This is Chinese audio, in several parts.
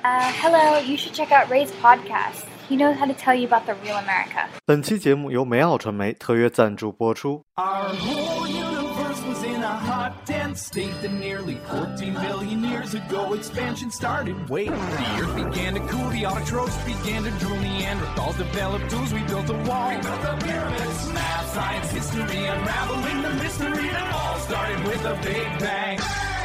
Hello, you should check out Ray's podcast. He knows how to tell you about the real America. 本期节目由美好传媒特约赞助播出。 Our whole universe was in a hot, dense state that nearly 14 billion years ago expansion started. Wait, the earth began to cool, the autotrophs began to drool, Neanderthals developed tools, we built a wall. We built the pyramids, math, science, history, unraveling the mystery that all started with a big bang.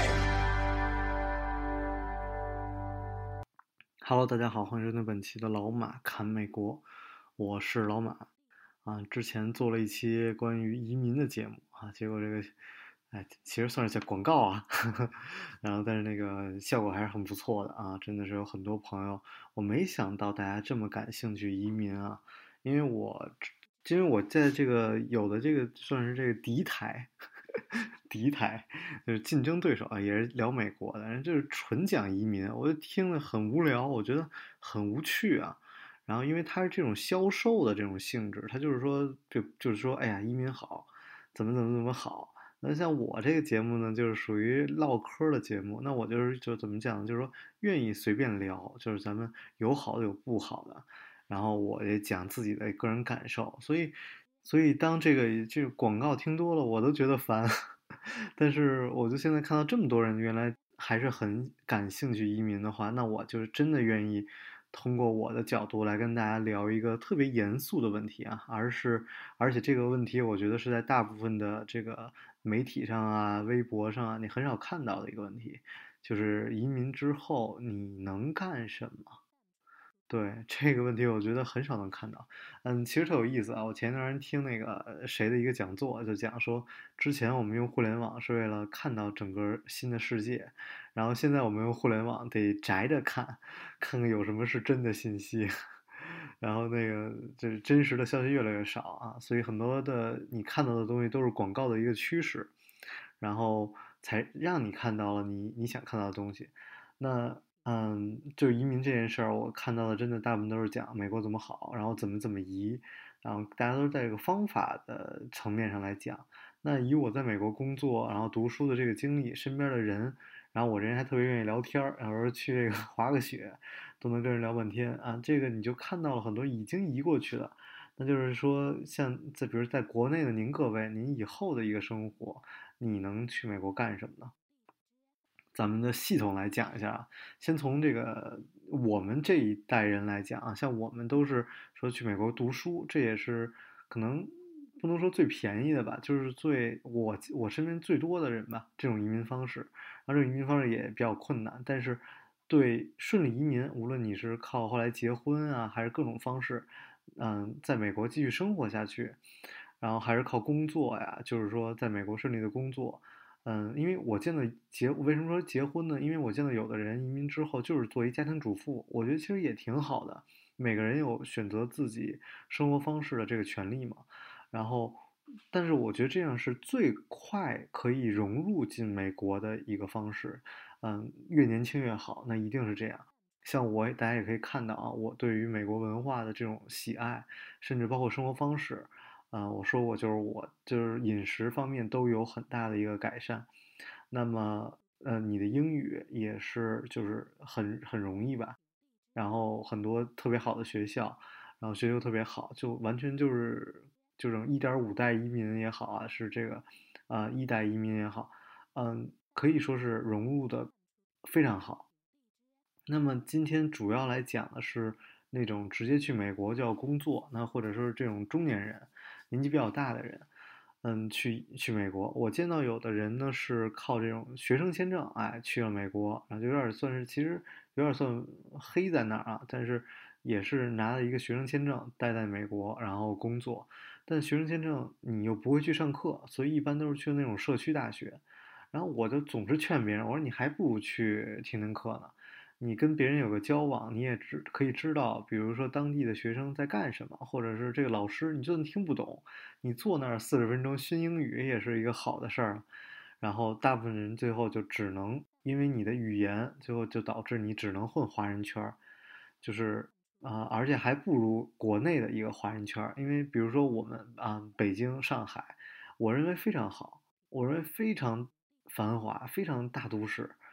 Hello， 大家好，欢迎收听本期的老马看美国，我是老马啊。之前做了一期关于移民的节目啊，结果这个，其实算是叫广告啊，然后但是那个效果还是很不错的啊，真的是有很多朋友，我没想到大家这么感兴趣移民啊，因为我在这个有的这个算是这个敌台。敌台就是竞争对手啊，也是聊美国的，人就是纯讲移民，我就听了很无聊，我觉得很无趣啊。然后因为他是这种销售的这种性质，他就是说，就是说，哎呀，移民好，怎么好。那像我这个节目呢，就是属于唠嗑的节目，那我就怎么讲，就是说愿意随便聊，就是咱们有好的有不好的，然后我也讲自己的个人感受，所以当这个广告听多了，我都觉得烦。但是我就现在看到这么多人原来还是很感兴趣移民的话，那我就是真的愿意通过我的角度来跟大家聊一个特别严肃的问题啊，而且这个问题我觉得是在大部分的这个媒体上啊、微博上啊，你很少看到的一个问题，就是移民之后你能干什么？对这个问题，我觉得很少能看到。其实特有意思啊。我前一段时间听那个谁的一个讲座，就讲说，之前我们用互联网是为了看到整个新的世界，然后现在我们用互联网得宅着看，看看有什么是真的信息。然后那个就是真实的消息越来越少啊，所以很多的你看到的东西都是广告的一个趋势，然后才让你看到了你想看到的东西。那就移民这件事儿，我看到的真的大部分都是讲美国怎么好，然后怎么移，然后大家都是在这个方法的层面上来讲。那以我在美国工作，然后读书的这个经历，身边的人，然后我这人还特别愿意聊天儿，有时候去这个滑个雪，都能跟人聊半天啊。这个你就看到了很多已经移过去了，那就是说，像比如在国内的您各位，您以后的一个生活，你能去美国干什么呢？咱们的系统来讲一下啊，先从这个我们这一代人来讲啊，像我们都是说去美国读书，这也是可能不能说最便宜的吧，就是我身边最多的人吧，这种移民方式，然后这种移民方式也比较困难，但是对顺利移民，无论你是靠后来结婚啊，还是各种方式，在美国继续生活下去，然后还是靠工作呀，就是说在美国顺利的工作。因为我见到为什么说结婚呢？因为我见到有的人移民之后就是做一家庭主妇，我觉得其实也挺好的。每个人有选择自己生活方式的这个权利嘛。然后，但是我觉得这样是最快可以融入进美国的一个方式。越年轻越好，那一定是这样。像我，大家也可以看到啊，我对于美国文化的这种喜爱，甚至包括生活方式。我说过，我就是饮食方面都有很大的一个改善。那么，你的英语也是就是很容易吧？然后很多特别好的学校，然后学习特别好，就完全就是这种1.5代移民也好啊，是这个1代移民也好，可以说是融入的非常好。那么今天主要来讲的是那种直接去美国就要工作，那或者说是这种中年人，年纪比较大的人，去美国。我见到有的人呢是靠这种学生签证，哎，去了美国，然后就有点算是其实有点算黑在那儿啊，但是也是拿了一个学生签证待在美国，然后工作。但学生签证你又不会去上课，所以一般都是去那种社区大学。然后我就总是劝别人，我说你还不如去听听课呢。你跟别人有个交往，你也可以知道，比如说当地的学生在干什么，或者是这个老师，你就算听不懂，你坐那儿40分钟熏英语也是一个好的事儿。然后大部分人最后就只能因为你的语言，最后就导致你只能混华人圈儿，就是而且还不如国内的一个华人圈儿，因为比如说我们北京、上海，我认为非常好，我认为非常繁华，非常大都市。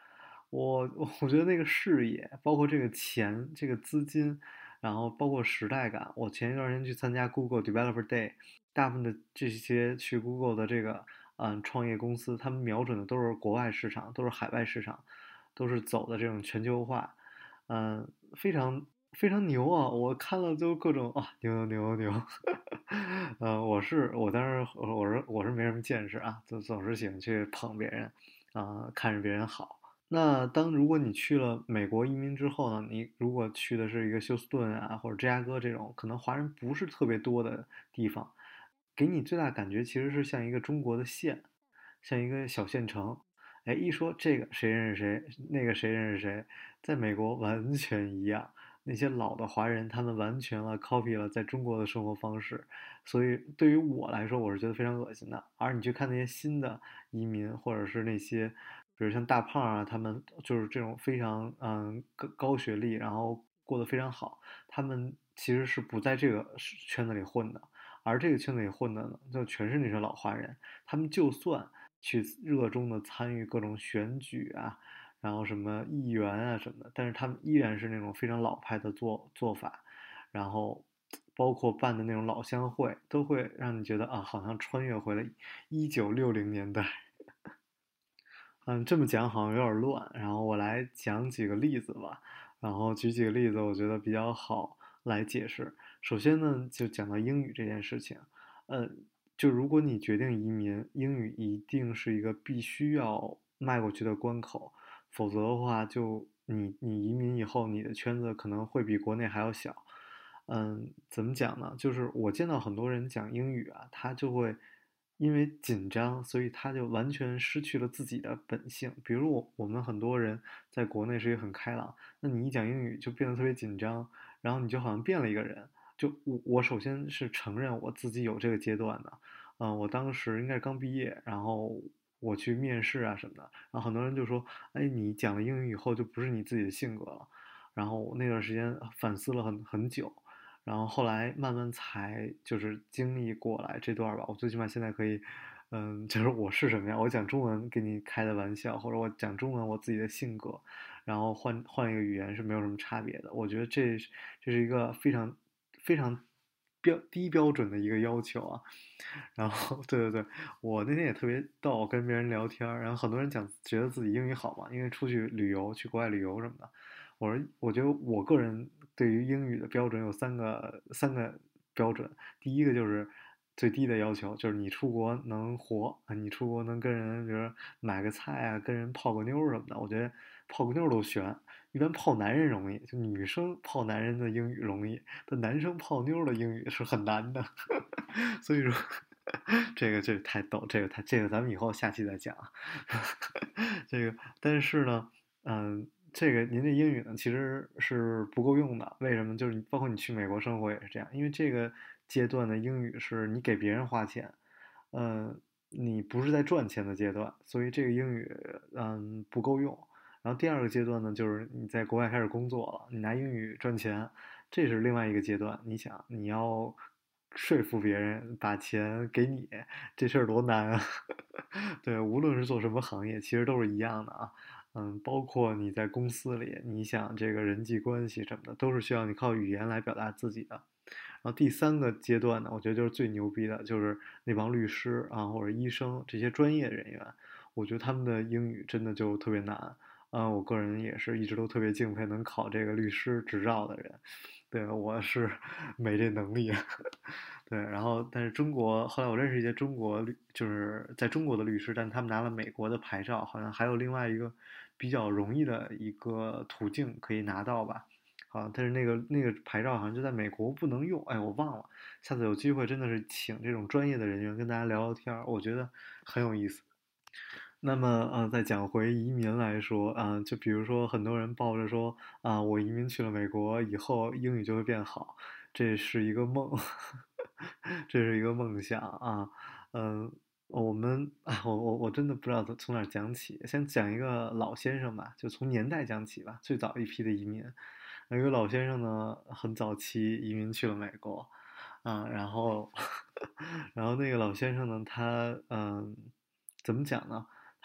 我觉得那个视野，包括这个钱、这个资金，然后包括时代感。我前一段时间去参加 Google Developer Day，大部分的这些去 Google 的这个创业公司，他们瞄准的都是国外市场，都是海外市场，都是走的这种全球化，非常非常牛啊！我看了就各种啊牛牛牛牛，我当时我是没什么见识啊，总是喜欢去捧别人，看着别人好。那如果你去了美国移民之后呢，你如果去的是一个休斯顿啊或者芝加哥这种可能华人不是特别多的地方，给你最大感觉其实是像一个中国的县，像一个小县城。哎，一说这个谁认识谁，那个谁认识谁，在美国完全一样。那些老的华人，他们完全copy 了在中国的生活方式，所以对于我来说，我是觉得非常恶心的。而你去看那些新的移民，或者是那些，比如像大胖啊，他们就是这种非常高学历，然后过得非常好，他们其实是不在这个圈子里混的，而这个圈子里混的呢，就全是那些老华人，他们就算去热衷的参与各种选举啊。然后什么议员啊什么的，但是他们依然是那种非常老派的做法，然后包括办的那种老乡会，都会让你觉得啊，好像穿越回了1960年代。这么讲好像有点乱，然后我来讲几个例子吧，然后举几个例子，我觉得比较好来解释。首先呢，就讲到英语这件事情，呃，就如果你决定移民，英语一定是一个必须要迈过去的关口，否则的话，就你移民以后，你的圈子可能会比国内还要小。怎么讲呢？就是我见到很多人讲英语啊，他就会因为紧张，所以他就完全失去了自己的本性。比如我们很多人在国内是一个很开朗，那你一讲英语就变得特别紧张，然后你就好像变了一个人。就我首先是承认我自己有这个阶段的，我当时应该是刚毕业，然后我去面试啊什么的，然后很多人就说，哎，你讲了英语以后就不是你自己的性格了。然后我那段时间反思了很久，然后后来慢慢才就是经历过来这段吧。我最起码现在可以，就是我是什么样，我讲中文给你开的玩笑，或者我讲中文我自己的性格，然后换一个语言是没有什么差别的。我觉得这是一个非常低标准的一个要求啊。然后对对对，我那天也特别逗，跟别人聊天然后很多人觉得自己英语好嘛，因为出去旅游，去国外旅游什么的。我觉得我个人对于英语的标准有三个标准。第一个就是最低的要求，就是你出国能活啊，你出国能跟人，比如说买个菜啊，跟人泡个妞什么的。我觉得泡个妞都悬，一般泡男人容易，就女生泡男人的英语容易，但男生泡妞的英语是很难的。所以说，这个太逗，这个咱们以后下期再讲啊。这个，但是呢，这个您的英语呢其实是不够用的。为什么？就是包括你去美国生活也是这样，因为这个阶段的英语是你给别人花钱，你不是在赚钱的阶段，所以这个英语不够用。然后第二个阶段呢，就是你在国外开始工作了，你拿英语赚钱，这是另外一个阶段。你想，你要说服别人把钱给你，这事儿多难啊！对，无论是做什么行业，其实都是一样的啊。包括你在公司里，你想这个人际关系什么的，都是需要你靠语言来表达自己的。然后第三个阶段呢，我觉得就是最牛逼的，就是那帮律师啊或者医生这些专业人员，我觉得他们的英语真的就特别难。我个人也是一直都特别敬佩能考这个律师执照的人。对，我是没这能力。对，然后但是后来我认识一些就是在中国的律师，但他们拿了美国的牌照，好像还有另外一个比较容易的一个途径可以拿到吧。但是那个牌照好像就在美国不能用，哎，我忘了。下次有机会真的是请这种专业的人员跟大家聊聊天我觉得很有意思。那么，再讲回移民来说，就比如说很多人抱着说，我移民去了美国以后英语就会变好，这是一个梦，这是一个梦想啊。嗯，我真的不知道从哪儿讲起，先讲一个老先生吧，就从年代讲起吧，最早一批的移民。有一个老先生呢，很早期移民去了美国，然后，然后那个老先生呢，他怎么讲呢？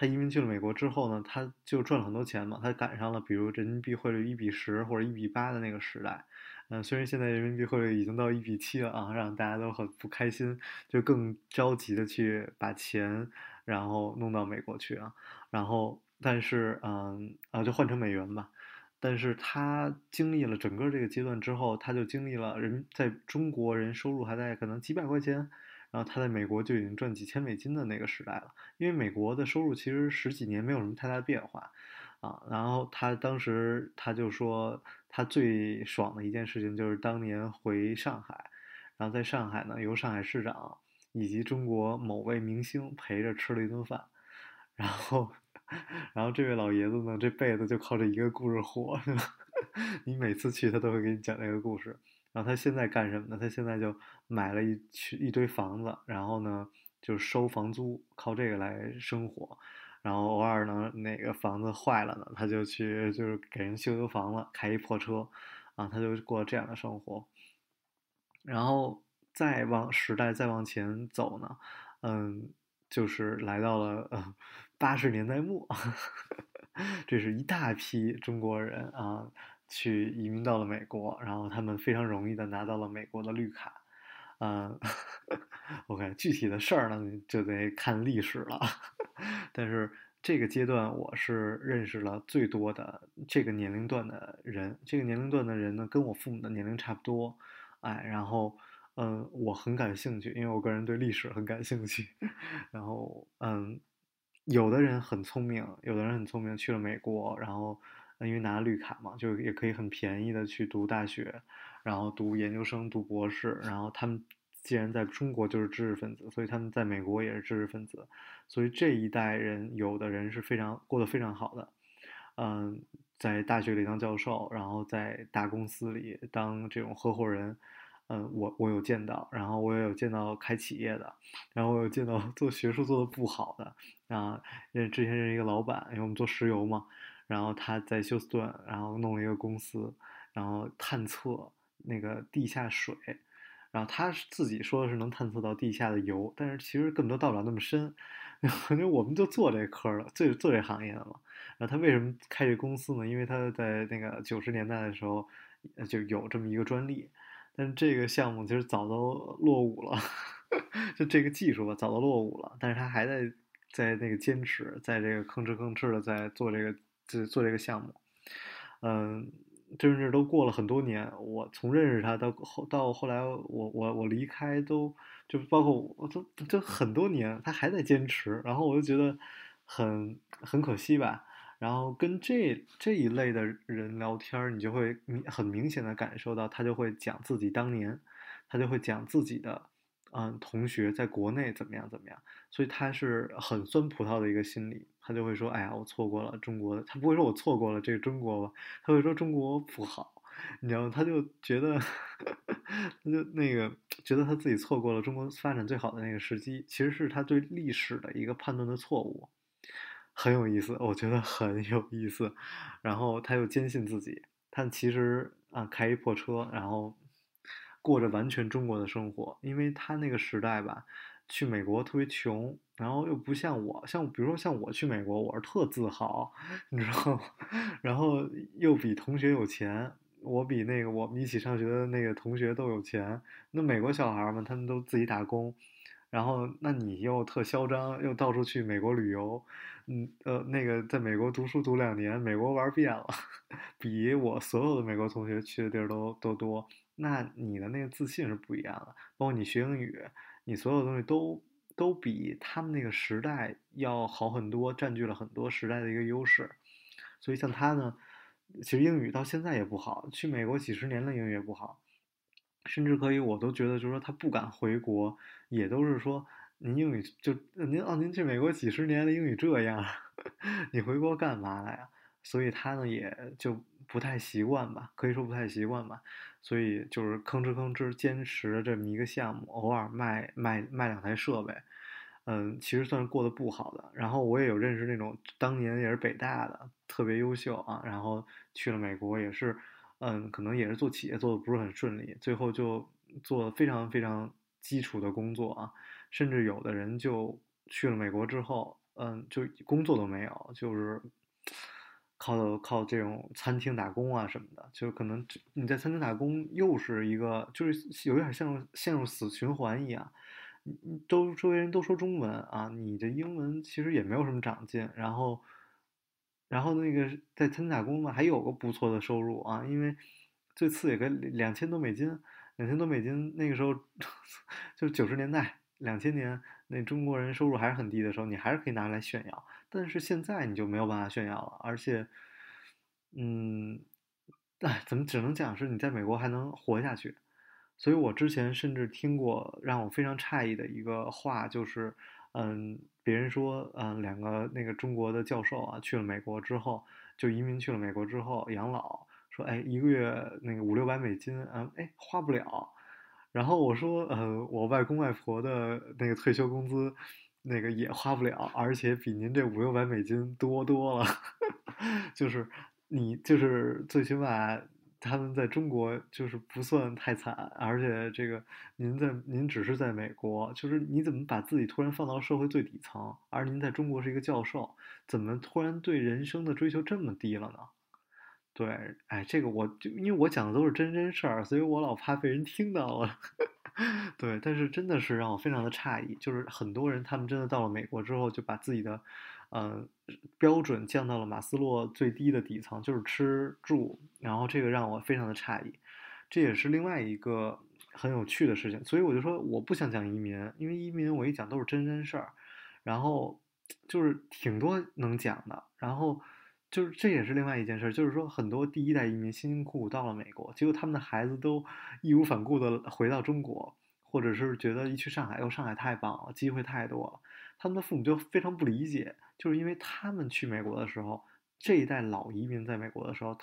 他移民去了美国之后呢，他就赚了很多钱嘛，他赶上了比如人民币汇率1:10或者1:8的那个时代。虽然现在人民币汇率已经到1:7了啊，让大家都很不开心，就更着急的去把钱然后弄到美国去啊，然后但是就换成美元吧。但是他经历了整个这个阶段之后，他就经历了在中国人收入还在可能几百块钱，然后他在美国就已经赚几千美金的那个时代了。因为美国的收入其实十几年没有什么太大的变化，然后他当时他就说，他最爽的一件事情就是当年回上海，然后在上海呢，由上海市长以及中国某位明星陪着吃了一顿饭，然后，然后这位老爷子呢，这辈子就靠这一个故事活，你每次去他都会给你讲这个故事。然后他现在干什么呢？他现在就买了一堆房子，然后呢就收房租，靠这个来生活。然后偶尔呢哪个房子坏了呢，他就去就是给人修房子，开一破车，他就过这样的生活。然后时代再往前走呢，就是来到了80年代末，这是一大批中国人去移民到了美国，然后他们非常容易的拿到了美国的绿卡。嗯，OK，具体的事儿呢就得看历史了。但是这个阶段我是认识了最多的这个年龄段的人，这个年龄段的人呢跟我父母的年龄差不多，然后我很感兴趣，因为我个人对历史很感兴趣。然后有的人很聪明，有的人很聪明，去了美国，然后因为拿了绿卡嘛，就也可以很便宜的去读大学，然后读研究生、读博士。然后他们既然在中国就是知识分子，所以他们在美国也是知识分子。所以这一代人，有的人是过得非常好的，在大学里当教授，然后在大公司里当这种合伙人。我有见到，然后我也有见到开企业的，然后我有见到做学术做的不好的之前是一个老板，因为我们做石油嘛，然后他在休斯顿，然后弄了一个公司，然后探测那个地下水，然后他自己说的是能探测到地下的油，但是其实根本都到不了那么深。反正我们就做这科了，做这行业的嘛。然后他为什么开这公司呢？因为他在那个90年代的时候就有这么一个专利。但是这个项目其实早都落伍了，就这个技术吧，早都落伍了。但是他还在那个坚持，在这个吭哧吭哧的在做这个项目。甚至都过了很多年，我从认识他到后来我离开就包括我都很多年，他还在坚持，然后我就觉得很可惜吧。然后跟这一类的人聊天，你就会很明显的感受到，他就会讲自己当年，他就会讲自己的同学在国内怎么样怎么样，所以他是很酸葡萄的一个心理，他就会说，哎呀，我错过了中国的，他不会说我错过了这个中国吧，他会说中国不好，你知道吗？他就觉得他就觉得他自己错过了中国发展最好的那个时机，其实是他对历史的一个判断的错误。很有意思，我觉得很有意思。然后他又坚信自己，他其实开一破车，然后过着完全中国的生活。因为他那个时代吧，去美国特别穷，然后又不像我，比如说像我去美国，我是特自豪，你知道吗？然后又比同学有钱，我比那个我们一起上学的那个同学都有钱。那美国小孩们，他们都自己打工。然后，那你又特嚣张，又到处去美国旅游，那个在美国读书读2年，美国玩遍了，比我所有的美国同学去的地儿都多。那你的那个自信是不一样的，包括你学英语，你所有东西都比他们那个时代要好很多，占据了很多时代的一个优势。所以像他呢，其实英语到现在也不好，去美国几十年了，英语也不好。甚至可以，我都觉得，就是说他不敢回国，也都是说您英语您去美国几十年了，英语这样，你回国干嘛来呀？所以他呢也就不太习惯吧，可以说不太习惯吧。所以就是吭哧吭哧坚持这么一个项目，偶尔卖2台设备，其实算是过得不好的。然后我也有认识那种当年也是北大的，特别优秀啊，然后去了美国也是。可能也是做企业做的不是很顺利，最后就做非常非常基础的工作啊，甚至有的人就去了美国之后， 就工作都没有，就是靠这种餐厅打工啊什么的，就可能你在餐厅打工又是一个，就是有点像陷入死循环一样。周围人都说中文啊，你的英文其实也没有什么长进，然后那个在餐厅打工嘛，还有个不错的收入啊，因为最次也个$2000多，$2000多那个时候就是90年代2000年，那中国人收入还是很低的时候，你还是可以拿来炫耀。但是现在你就没有办法炫耀了，而且，嗯，哎，怎么只能讲是你在美国还能活下去？所以我之前甚至听过让我非常诧异的一个话，就是，别人说，两个那个中国的教授啊，去了美国之后，就移民去了美国之后养老，说，哎，一个月那个500-600美金，哎，花不了。然后我说，我外公外婆的那个退休工资，那个也花不了，而且比您这500-600美金多多了。就是你就是最起码他们在中国就是不算太惨，而且这个您只是在美国，就是你怎么把自己突然放到社会最底层，而您在中国是一个教授，怎么突然对人生的追求这么低了呢？对，哎，这个因为我讲的都是真事儿，所以我老怕被人听到了。对，但是真的是让我非常的诧异，就是很多人他们真的到了美国之后，就把自己的，呃，标准降到了马斯洛最低的底层，就是吃住，然后这个让我非常的诧异，这也是另外一个很有趣的事情，所以我就说我不想讲移民，因为移民我一讲都是真事儿，然后就是挺多能讲的，然后就是这也是另外一件事，就是说很多第一代移民辛辛苦苦到了美国，结果他们的孩子都义无反顾的回到中国，或者是觉得一去上海，上海太棒了，机会太多了，他们的父母就非常不理解，就是因为他们去美国的时候，这一代老移民在美国的时候，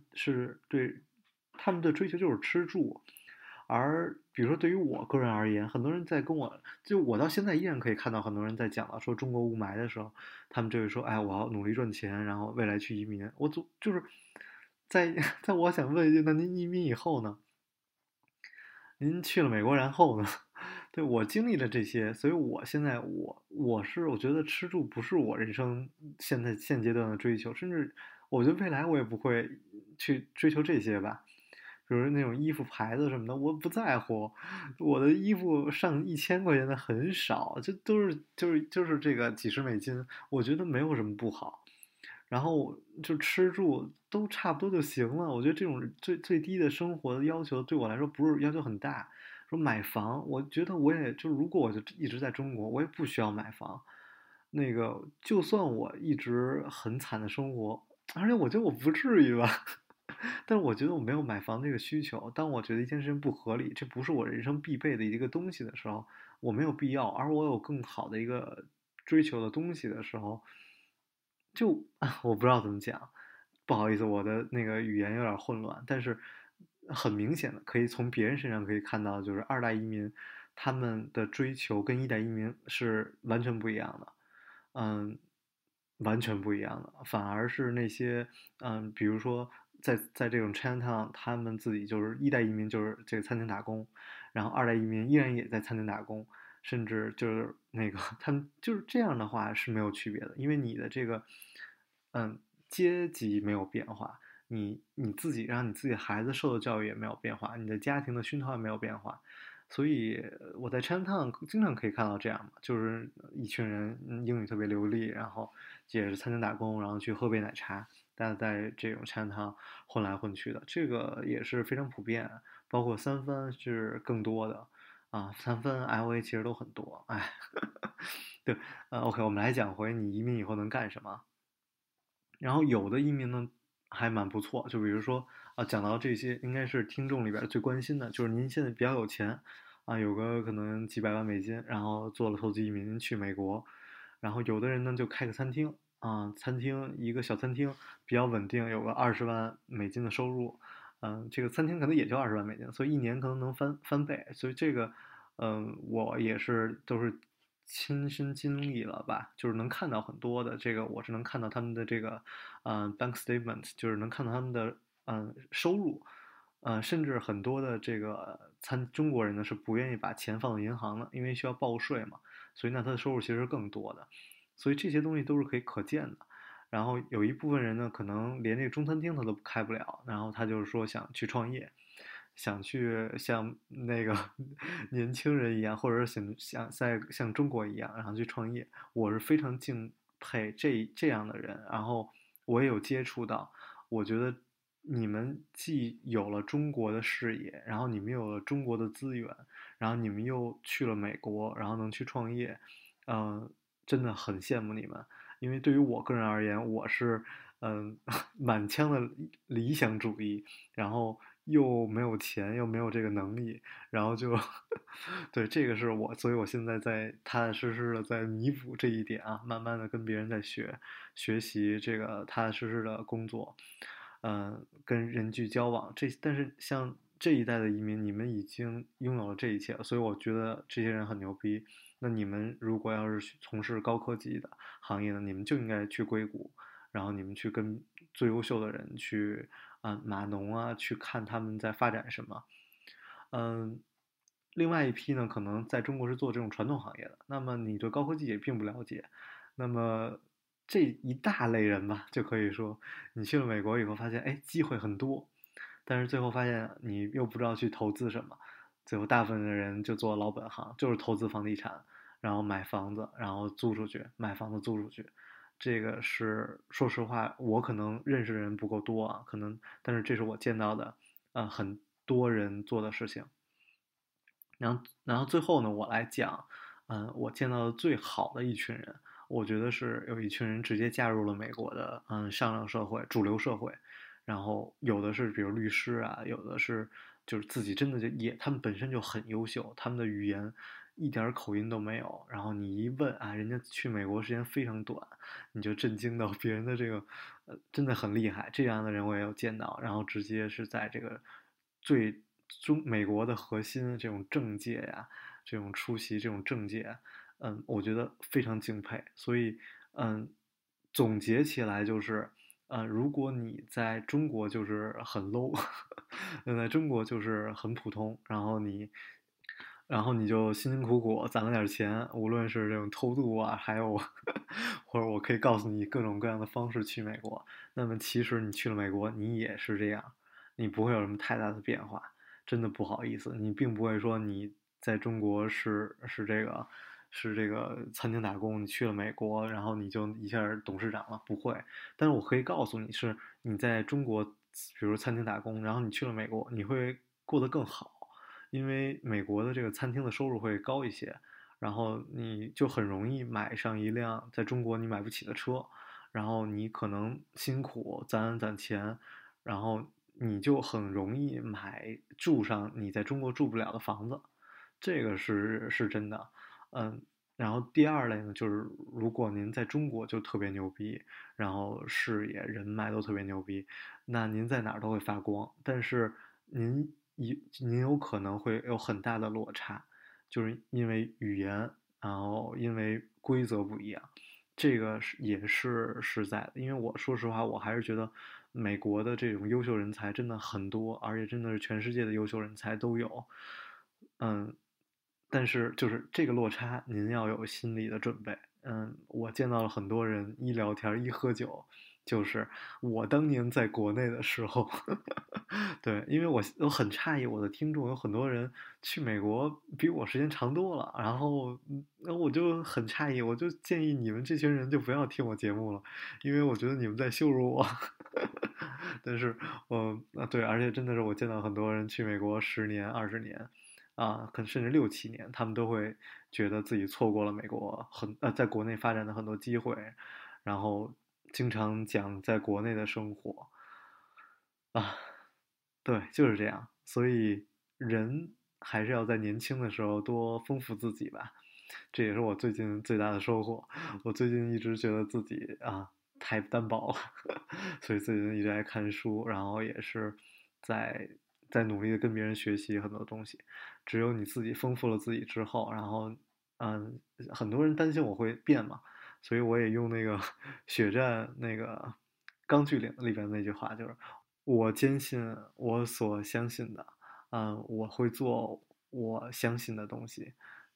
他们的追求就是吃住，而比如说对于我个人而言，很多人在跟我，就我到现在依然可以看到很多人在讲到说中国雾霾的时候，他们就会说，哎，我要努力赚钱，然后未来去移民。就是在在我想问一句，那您移民以后呢？您去了美国，然后呢？对，我经历了这些，所以我现在我觉得吃住不是我人生现阶段的追求，甚至我觉得未来我也不会去追求这些吧。比如那种衣服牌子什么的，我不在乎。我的衣服上1000块钱的很少，这都是就是这个几十美金，我觉得没有什么不好。然后就吃住都差不多就行了。我觉得这种最低的生活的要求对我来说不是要求很大。说买房，我觉得我也就如果我就一直在中国，我也不需要买房。那个就算我一直很惨的生活，而且我觉得我不至于吧。但是我觉得我没有买房这个需求。当我觉得一件事情不合理，这不是我人生必备的一个东西的时候，我没有必要。而我有更好的一个追求的东西的时候，就我不知道怎么讲，不好意思，我的那个语言有点混乱，但是很明显的可以从别人身上可以看到，就是二代移民他们的追求跟一代移民是完全不一样的，嗯，完全不一样的，反而是那些比如说在这种 Chinatown，他们自己就是一代移民就是这个餐厅打工，然后二代移民依然也在餐厅打工，甚至就是那个他们就是这样的话是没有区别的，因为你的这个嗯阶级没有变化，你自己让你自己的孩子受的教育也没有变化，你的家庭的熏陶也没有变化，所以我在 Chinatown 经常可以看到这样嘛，就是一群人英语特别流利，然后也是餐厅打工，然后去喝杯奶茶，大家在这种 Chinatown 混来混去的，这个也是非常普遍，包括三藩是更多的。啊，三分 LA 其实都很多，哎，对，OK，我们来讲回你移民以后能干什么。然后有的移民呢还蛮不错，就比如说讲到这些，应该是听众里边最关心的，就是您现在比较有钱啊，有个可能几百万美金，然后做了投资移民去美国，然后有的人呢就开个餐厅啊，餐厅一个小餐厅比较稳定，有个20万美金的收入，这个餐厅可能也就20万美金，所以一年可能能翻倍，所以这个，我也是都是亲身经历了吧，就是能看到很多的这个，我是能看到他们的这个，bank statement，就是能看到他们的收入，甚至很多的这个中国人呢是不愿意把钱放到银行的，因为需要报税嘛，所以呢他的收入其实是更多的。 所以这些东西都是可见的。然后有一部分人呢，可能连这个中餐厅他都开不了，然后他就是说想去创业，想去像那个年轻人一样，或者是想在像中国一样，然后去创业。我是非常敬佩这样的人，然后我也有接触到，我觉得你们既有了中国的视野，然后你们有了中国的资源，然后你们又去了美国，然后能去创业，真的很羡慕你们。因为对于我个人而言，我是满腔的理想主义，然后又没有钱，又没有这个能力，然后就对，这个是我，所以我现在在踏踏实实的在弥补这一点啊，慢慢的跟别人在学习这个踏踏实实的工作，跟人际交往。但是像这一代的移民，你们已经拥有了这一切了，所以我觉得这些人很牛逼。那你们如果要是从事高科技的行业呢，你们就应该去硅谷，然后你们去跟最优秀的人去码农啊，去看他们在发展什么。嗯，另外一批呢，可能在中国是做这种传统行业的，那么你对高科技也并不了解，那么这一大类人吧，就可以说你去了美国以后发现，哎，机会很多，但是最后发现你又不知道去投资什么，最后大部分的人就做老本行，就是投资房地产，然后买房子，然后租出去，买房子租出去。这个是说实话，我可能认识的人不够多啊，可能，但是这是我见到的，很多人做的事情。然后最后呢，我来讲，我见到的最好的一群人，我觉得是有一群人直接加入了美国的上流社会、主流社会，然后有的是比如律师啊，有的是就是自己真的他们本身就很优秀，他们的语言一点口音都没有，然后你一问啊，人家去美国时间非常短，你就震惊到别人的这个真的很厉害。这样的人我也有见到，然后直接是在这个最美国的核心这种政界呀，这种出席这种政界，我觉得非常敬佩。所以，总结起来就是，如果你在中国就是很 low，在中国就是很普通，然后你就辛辛苦苦攒了点钱，无论是这种偷渡啊，还有或者我可以告诉你各种各样的方式去美国。那么其实你去了美国，你也是这样，你不会有什么太大的变化。真的不好意思，你并不会说你在中国是这个餐厅打工，你去了美国，然后你就一下董事长了，不会。但是我可以告诉你是，你在中国，比如餐厅打工，然后你去了美国，你会过得更好，因为美国的这个餐厅的收入会高一些，然后你就很容易买上一辆在中国你买不起的车，然后你可能辛苦攒钱，然后你就很容易住上你在中国住不了的房子，这个是真的。嗯，然后第二类呢，就是如果您在中国就特别牛逼，然后事业人脉都特别牛逼，那您在哪儿都会发光。但是您有可能会有很大的落差，就是因为语言，然后因为规则不一样。这个也是实在的，因为我说实话，我还是觉得美国的这种优秀人才真的很多，而且真的是全世界的优秀人才都有。嗯，但是就是这个落差，您要有心理的准备。我见到了很多人，一聊天一喝酒，就是我当年在国内的时候，对，因为我很诧异，我的听众有很多人去美国比我时间长多了，然后那我就很诧异，我就建议你们这群人就不要听我节目了，因为我觉得你们在羞辱我。但是对，而且真的是我见到很多人去美国10年、20年。可能甚至6、7年，他们都会觉得自己错过了美国在国内发展的很多机会，然后经常讲在国内的生活啊，对，就是这样。所以人还是要在年轻的时候多丰富自己吧，这也是我最近最大的收获。我最近一直觉得自己太单薄了，所以最近一直在看书，然后也是在努力的跟别人学习很多东西。只有你自己丰富了自己之后，然后很多人担心我会变嘛，所以我也用那个血战那个钢锯岭里边那句话，就是我坚信我所相信的，我会做我相信的东西，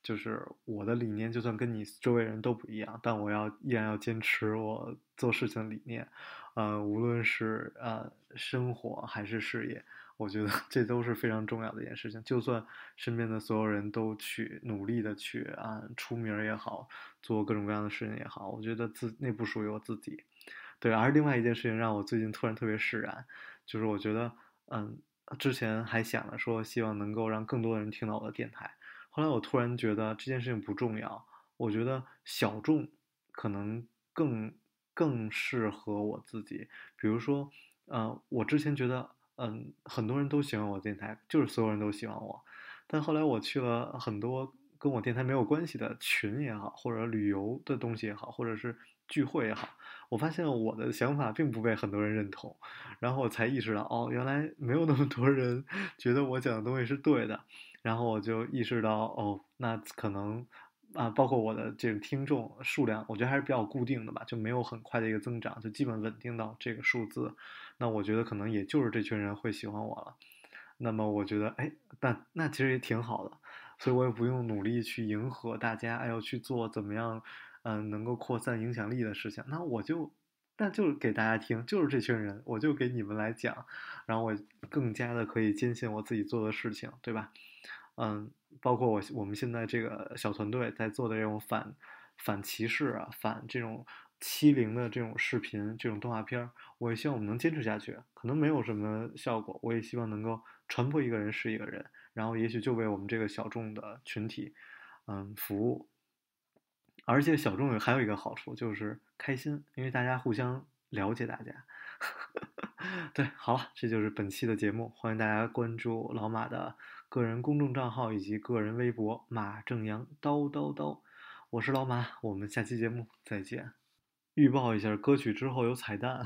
就是我的理念，就算跟你周围人都不一样，但我依然要坚持我做事情的理念，无论是生活还是事业，我觉得这都是非常重要的一件事情。就算身边的所有人都去努力的去出名也好，做各种各样的事情也好，我觉得那不属于我自己。对，而另外一件事情让我最近突然特别释然，就是我觉得，之前还想着说希望能够让更多的人听到我的电台，后来我突然觉得这件事情不重要，我觉得小众可能更适合我自己。比如说，我之前觉得，很多人都喜欢我电台，就是所有人都喜欢我，但后来我去了很多跟我电台没有关系的群也好，或者旅游的东西也好，或者是聚会也好，我发现我的想法并不被很多人认同，然后我才意识到，哦，原来没有那么多人觉得我讲的东西是对的，然后我就意识到，哦，那可能包括我的这个听众数量，我觉得还是比较固定的吧，就没有很快的一个增长，就基本稳定到这个数字。那我觉得可能也就是这群人会喜欢我了。那么我觉得，哎，那其实也挺好的，所以我也不用努力去迎合大家，要去做怎么样，能够扩散影响力的事情。那就是给大家听，就是这群人，我就给你们来讲，然后我更加的可以坚信我自己做的事情，对吧？嗯，包括我们现在这个小团队在做的这种反歧视反这种欺凌的这种视频、这种动画片我也希望我们能坚持下去。可能没有什么效果，我也希望能够传播一个人是一个人，然后也许就为我们这个小众的群体，服务。而且小众还有一个好处就是开心，因为大家互相了解大家。对，好了，这就是本期的节目，欢迎大家关注老马的个人公众账号以及个人微博马正阳叨叨叨，我是老马，我们下期节目再见。预报一下歌曲之后有彩蛋。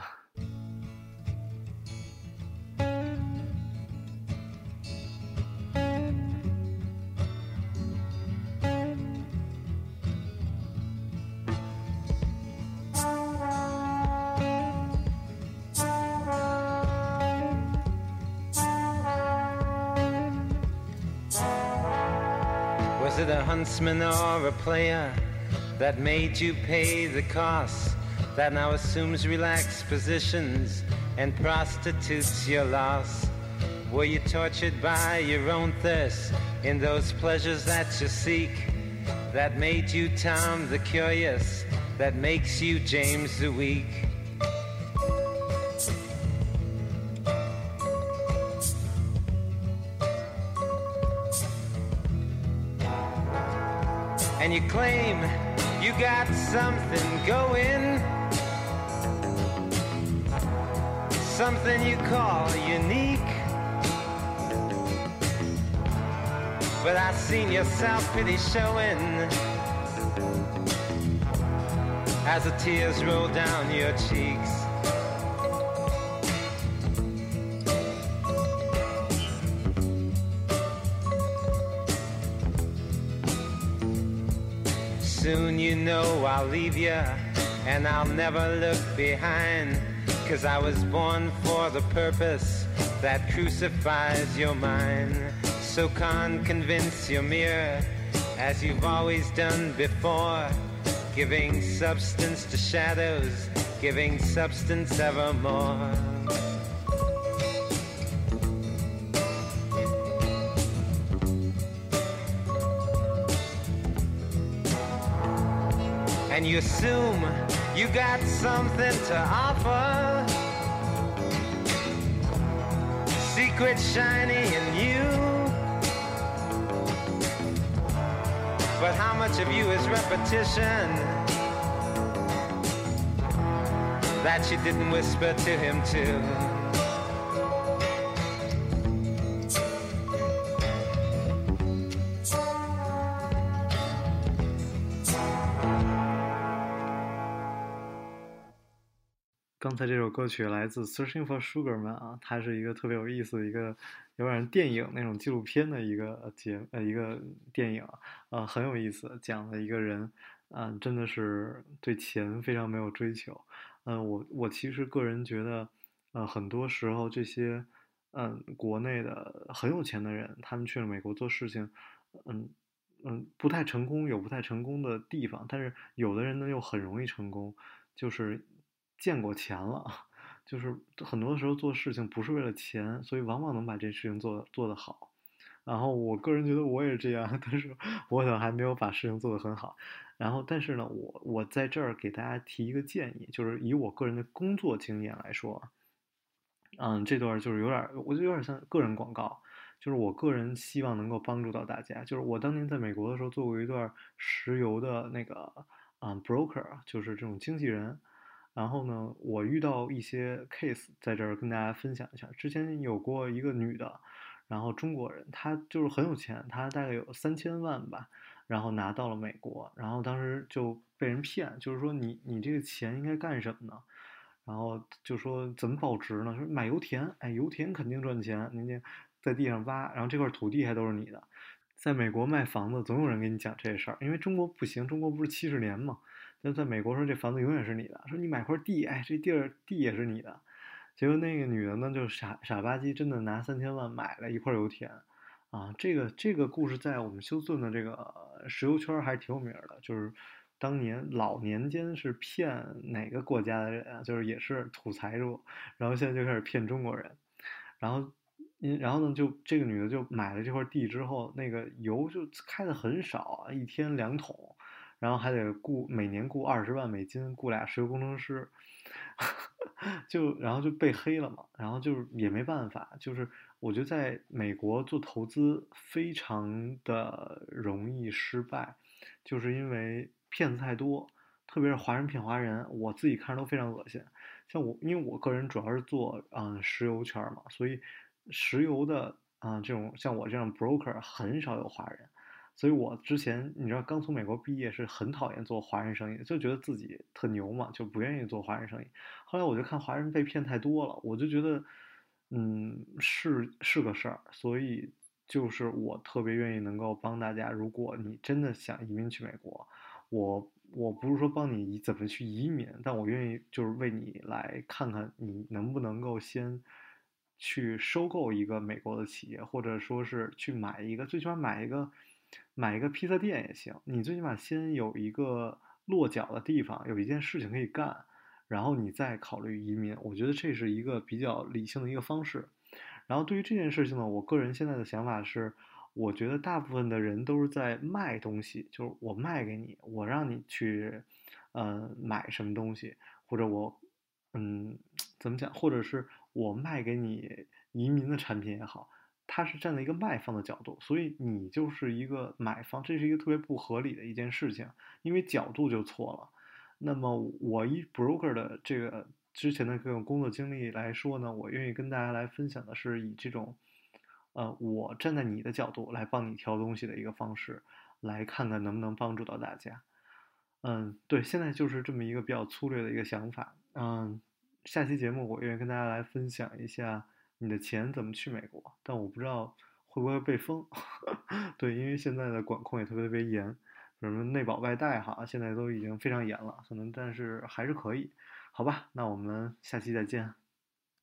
Was it a huntsman or a player that made you pay the cost, that now assumes relaxed positions and prostitutes your loss? Were you tortured by your own thirst in those pleasures that you seek, that made you Tom the Curious, that makes you James the Weak? And you claim you got something going, something you call unique. But I seen your self-pity showing as the tears roll down your cheeks. Soon you know I'll leave you, and I'll never look behind, 'cause I was born for the purpose that crucifies your mind. So convince your mirror, as you've always done before, giving substance to shadows, giving substance evermore. And you assume you got something to offer, secret shiny in you. But how much of you is repetition that you didn't whisper to him too? 刚才这首歌曲来自 Searching for Sugar Man 啊，它是一个特别有意思的一个有点电影那种纪录片的一个一个电影很有意思，讲了一个人真的是对钱非常没有追求。我其实个人觉得很多时候这些国内的很有钱的人，他们去了美国做事情， 不太成功，有不太成功的地方，但是有的人呢又很容易成功，就是见过钱了，就是很多时候做事情不是为了钱，所以往往能把这事情做得好。然后我个人觉得我也是这样，但是我可能还没有把事情做得很好。然后，但是呢，我在这儿给大家提一个建议，就是以我个人的工作经验来说，这段就是有点，我觉得有点像个人广告，就是我个人希望能够帮助到大家。就是我当年在美国的时候做过一段石油的那个broker，就是这种经纪人。然后呢，我遇到一些 case 在这儿跟大家分享一下。之前有过一个女的，然后中国人，她就是很有钱，她大概有3000万吧，然后拿到了美国，然后当时就被人骗，就是说你这个钱应该干什么呢？然后就说怎么保值呢？说买油田，哎，油田肯定赚钱，您这在地上挖，然后这块土地还都是你的。在美国卖房子，总有人给你讲这事儿，因为中国不行，中国不是70年嘛，但在美国说这房子永远是你的，说你买块地，哎，这地也是你的。结果那个女的呢，就傻吧唧，真的拿3000万买了一块油田，这个故事在我们休斯顿的这个石油圈还是挺有名的，就是当年老年间是骗哪个国家的人啊，就是也是土财主，然后现在就开始骗中国人，然后。然后呢，就这个女的就买了这块地之后，那个油就开的很少啊，一天2桶，然后还得每年雇$200万，雇俩石油工程师，然后就被黑了嘛，然后就是也没办法，就是我觉得在美国做投资非常的容易失败，就是因为骗子太多，特别是华人骗华人，我自己看着都非常恶心。像我，因为我个人主要是做石油圈嘛，所以石油的这种像我这样 broker 很少有华人。所以我之前你知道刚从美国毕业是很讨厌做华人生意，就觉得自己特牛嘛，就不愿意做华人生意。后来我就看华人被骗太多了，我就觉得，是个事儿。所以就是我特别愿意能够帮大家，如果你真的想移民去美国，我不是说帮你怎么去移民，但我愿意就是为你来看看你能不能够先去收购一个美国的企业，或者说是去买一个，最起码买一个披萨店也行。你最起码先有一个落脚的地方，有一件事情可以干，然后你再考虑移民。我觉得这是一个比较理性的一个方式。然后对于这件事情呢，我个人现在的想法是，我觉得大部分的人都是在卖东西，就是我卖给你，我让你去，买什么东西，或者我，怎么讲，或者是我卖给你移民的产品也好，它是站在一个卖方的角度，所以你就是一个买方，这是一个特别不合理的一件事情，因为角度就错了。那么我以 broker 的这个之前的各种工作经历来说呢，我愿意跟大家来分享的是以这种，我站在你的角度来帮你挑东西的一个方式，来看看能不能帮助到大家。对，现在就是这么一个比较粗略的一个想法。下期节目我愿意跟大家来分享一下你的钱怎么去美国，但我不知道会不会被封。对，因为现在的管控也特别严，什么内保外贷哈，现在都已经非常严了，可能但是还是可以，好吧，那我们下期再见。